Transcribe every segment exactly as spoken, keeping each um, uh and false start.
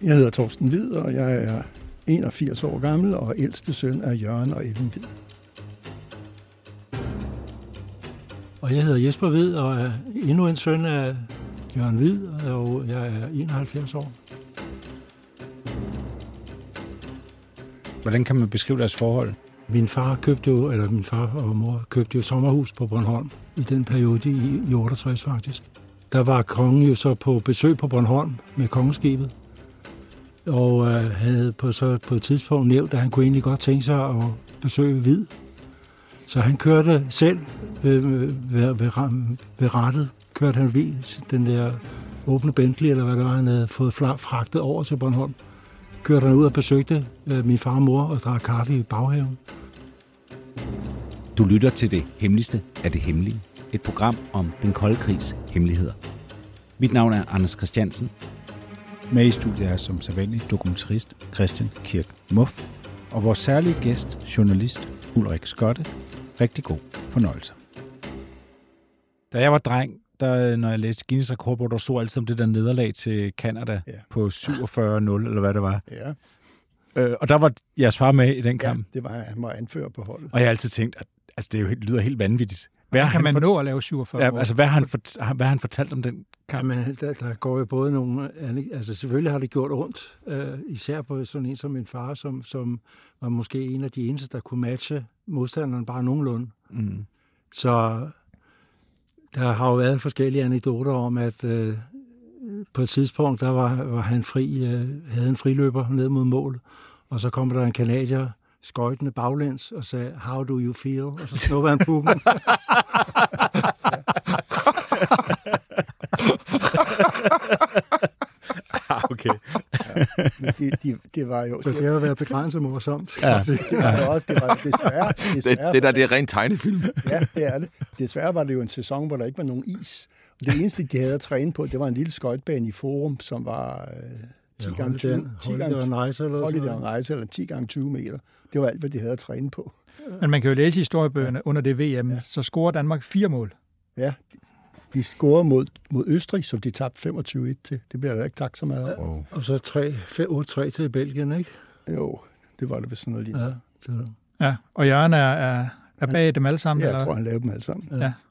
Jeg hedder Torsten Hvid, og jeg er enogfirs år gammel, og ældste søn er Jørgen og Ellen Hvid. Og jeg hedder Jesper Hvid, og er endnu en søn af Jørgen Hvid, og jeg er enoghalvfjerds år. Hvordan kan man beskrive deres forhold? Min far købte jo, eller min far og mor købte jo et sommerhus på Bornholm i den periode i, i otteogtres faktisk. Der var kongen jo så på besøg på Bornholm med kongeskibet, og øh, havde på, så på et tidspunkt nævnt, at han kunne egentlig godt tænke sig at besøge Hvid. Så han kørte selv ved, ved, ved, ved, ved rettet, kørte han bil, den der åbne Bentley, eller hvad det var, han havde fået fragtet over til Bornholm. Kørte han ud og besøgte øh, min far og mor og drak kaffe i baghaven. Du lytter til det hemmeligste af det hemmelige. Et program om den kolde krigs hemmeligheder. Mit navn er Anders Christiansen. Med i studiet er som sædvanlig dokumentarist Christian Kirk Muff. Og vores særlige gæst, journalist Ulrik Skotte. Rigtig god fornøjelse. Da jeg var dreng, der, når jeg læste Guinness rekordbog, der stod altid om det der nederlag til Canada ja. På syvogfyrre nul, eller hvad det var. Ja. Øh, og der var jeres far med i den kamp. Ja, det var han var anfører på holdet. Og jeg har altid tænkt, at altså, det jo helt, lyder helt vanvittigt. Hvad kan han man for... nå at lave syvogfyrre ja, altså, hvad har han, for... hvad har han fortalt om den kamp? Jamen, der, der går jo både nogle... Altså, selvfølgelig har det gjort ondt, øh, især på sådan en som min far, som, som var måske en af de eneste, der kunne matche modstanderen bare nogenlunde. Mm. Så der har jo været forskellige anekdoter om, at øh, på et tidspunkt, der var, var han fri, øh, havde en friløber ned mod mål, og så kom der en kanadier, skøjtende baglæns og sagde, how do you feel? Og så snuppede han pukken. Okay. Ja, men det, de, det var jo... Så det har været begrænset morsomt. Ja. Det var jo også, det var desværre... desværre det, det der, det er rent tegnefilm. Ja, det er det. Desværre var det jo en sæson, hvor der ikke var nogen is. Og det eneste, de havde at træne på, det var en lille skøjtebane i Forum, som var... Øh, ti gange tyve, eller ti gange tyve meter. Det var alt, hvad de havde at træne på. Men man kan jo læse i historiebøgerne under det V M, ja. Så scorer Danmark fire mål. Ja, de scorede mod, mod Østrig, som de tabte femogtyve et til. Det bliver der ikke tak så meget af. Oh. Og så otte tre til Belgien, ikke? Jo, det var det vist sådan noget lignende. Ja, ja, og Jørgen er, er, er bag ja. dem alle sammen? Ja, jeg eller? tror, han lavede dem alle sammen. Ja. ja.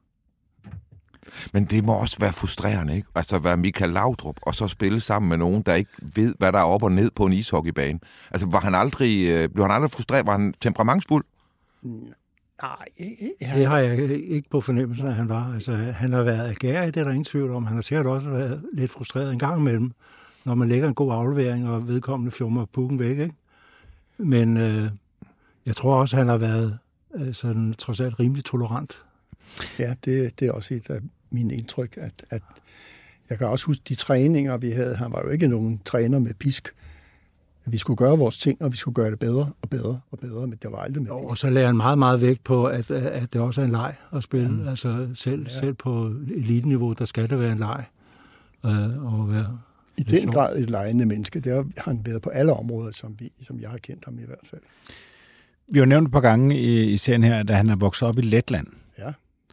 Men det må også være frustrerende, ikke? Altså at være Michael Laudrup, og så spille sammen med nogen, der ikke ved, hvad der er op og ned på en ishockeybane. Altså, var han aldrig, blev han aldrig frustreret? Var han temperamentsfuld? Nej. Det har jeg ikke på fornemmelsen, at han var. Altså, han har været agerig, det er der ingen tvivl om. Han har sikkert også været lidt frustreret en gang imellem, når man lægger en god aflevering, og vedkommende fjummer pukken væk, ikke? Men øh, jeg tror også, han har været øh, sådan, trods alt rimelig tolerant. Ja, det, det er også et af mine indtryk, at, at jeg kan også huske de træninger, vi havde. Han var jo ikke nogen træner med pisk. Vi skulle gøre vores ting, og vi skulle gøre det bedre og bedre og bedre, men det var aldrig med. Og så lagde han meget, meget vægt på, at, at det også er en leg at spille. Mm. Altså selv, ja. selv på eliteniveau, der skal det være en leg. Øh, og være I den sjov. grad et legende menneske. Det har han været på alle områder, som, vi, som jeg har kendt ham i hvert fald. Vi har nævnt et par gange i, i serien her, at han er vokset op i Letland. Ja.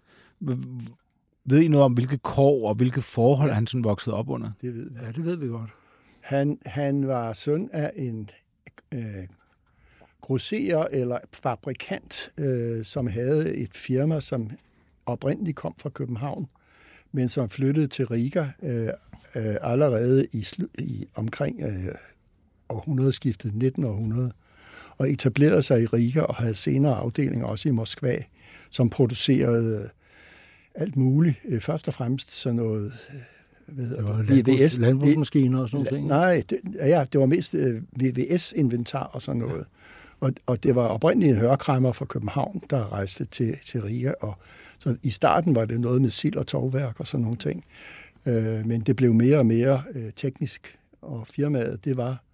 Ved I noget om, hvilke kår og hvilke forhold han sådan voksede op under? Det ved vi. Ja, det ved vi godt. Han, han var søn af en øh, grosserer eller fabrikant, øh, som havde et firma, som oprindeligt kom fra København, men som flyttede til Riga øh, øh, allerede i, i omkring øh, århundredeskiftet, nitten århundrede, og etablerede sig i Riga og havde senere afdelinger også i Moskva, som producerede øh, alt muligt. Øh, først og fremmest sådan noget... Ved, det var V V S, landbrugsmaskiner og sådan noget. Nej, det, ja, det var mest øh, V V S-inventar og sådan noget. Ja. Og, og det var oprindeligt en hørkræmmer fra København, der rejste til, til Riga. Og, så i starten var det noget med sild og tovværk og sådan nogle ting. Øh, men det blev mere og mere øh, teknisk. Og firmaet, det var...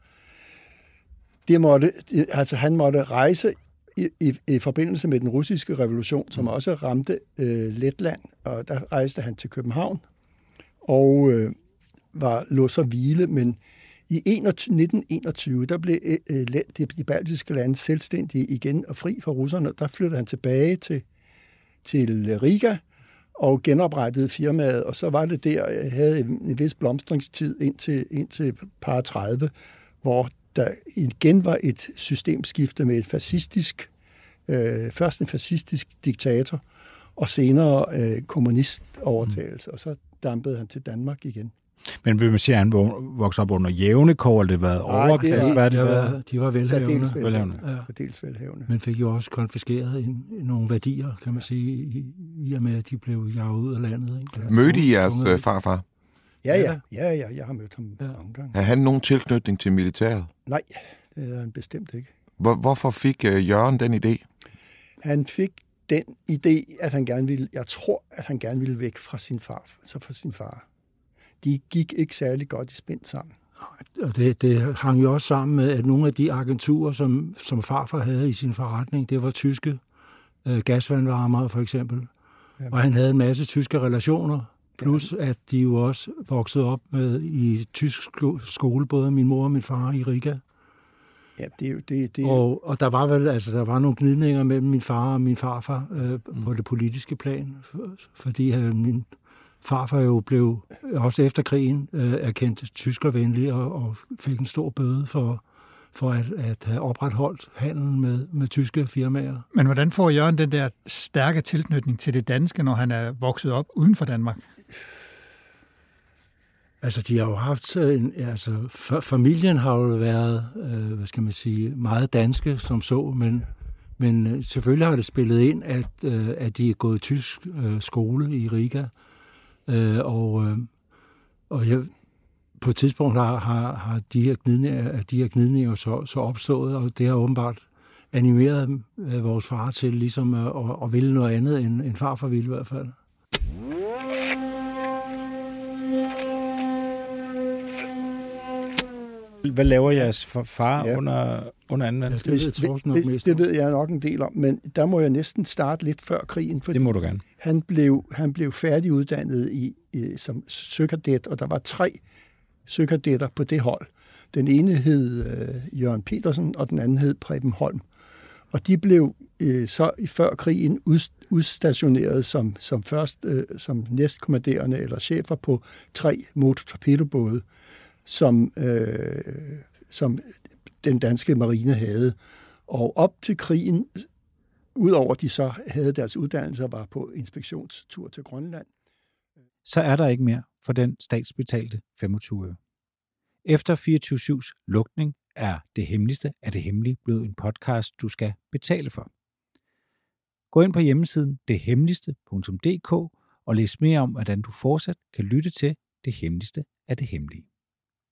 Det måtte, altså han måtte rejse i, i, i forbindelse med den russiske revolution, som også ramte øh, Letland. Og der rejste han til København. Og øh, var lå så hvile, men i nitten enogtyve, der blev øh, de, de baltiske lande selvstændige igen og fri fra russerne. Der flyttede han tilbage til, til Riga, og genoprettede firmaet, og så var det der, jeg havde en, en vis blomstringstid indtil, indtil par tredive, hvor der igen var et systemskifte med et fascistisk, øh, først en fascistisk diktator, og senere øh, kommunistovertagelse, mm. og så dampede han til Danmark igen. Men vil man sige, at han voksede op under jævne kår, eller det været overklasse? Nej, de, de, var, de var velhavende. velhavende. Ja. velhavende. Men fik jo også konfiskeret en, nogle værdier, kan man sige, i, i og med, at de blev jaget ud af landet. Ikke? Mødte I jeres øh, farfar? Ja, ja, ja, ja, jeg har mødt ham ja. mange gange. Har han nogen tilknytning til militæret? Nej, det er han bestemt ikke. Hvor, hvorfor fik øh, Jørgen den idé? Han fik den idé, at han gerne ville, jeg tror, at han gerne ville væk fra sin far, altså fra sin far. De gik ikke særlig godt i spænd sammen. Og det, det hang jo også sammen med, at nogle af de agenturer, som, som farfar havde i sin forretning, det var tyske øh, gasvandvarmere for eksempel. Jamen. Og han havde en masse tyske relationer, plus at de jo også voksede op med i tysk skole, både min mor og min far i Riga. Ja, det er jo det. det... Og, og der var vel altså der var nogle gnidninger mellem min far og min farfar øh, mm. på det politiske plan, for, fordi øh, min farfar jo blev også efter krigen øh, erkendt tyskervenlig og, og fik en stor bøde for, for at, at have opretholdt handelen med, med tyske firmaer. Men hvordan får Jørgen den der stærke tilknytning til det danske, når han er vokset op uden for Danmark? Altså, de har jo haft en, altså, familien har jo været, øh, hvad skal man sige, meget danske som så, men, men selvfølgelig har det spillet ind, at, øh, at de er gået i tysk øh, skole i Riga, øh, og, øh, og jeg, på et tidspunkt har, har, har de her gnidninger, de her gnidninger så, så opstået, og det har åbenbart animeret øh, vores far til ligesom at, at, at ville noget andet, end, end farfar ville i hvert fald. Hvad laver jeres far ja. under, under anden verdenskrig? Det, det, det, det ved jeg nok en del om, men der må jeg næsten starte lidt før krigen. Det må du gerne. Han blev, han blev færdiguddannet i, i, som søkadet, og der var tre søkadetter på det hold. Den ene hed øh, Jørgen Petersen, og den anden hed Preben Holm. Og de blev øh, så før krigen ud, udstationeret som, som først øh, som næstkommanderende eller chefer på tre motortorpedobåde, som, øh, som den danske marine havde. Og op til krigen, udover de så havde deres uddannelser, var på inspektionstur til Grønland. Så er der ikke mere for den statsbetalte femogtyve øre. Efter fireogtyve syvs lukning er Det Hemmeligste af det Hemmelige blevet en podcast, du skal betale for. Gå ind på hjemmesiden det hemmeligste punktum d k og læs mere om, hvordan du fortsat kan lytte til Det Hemmeligste af det Hemmelige.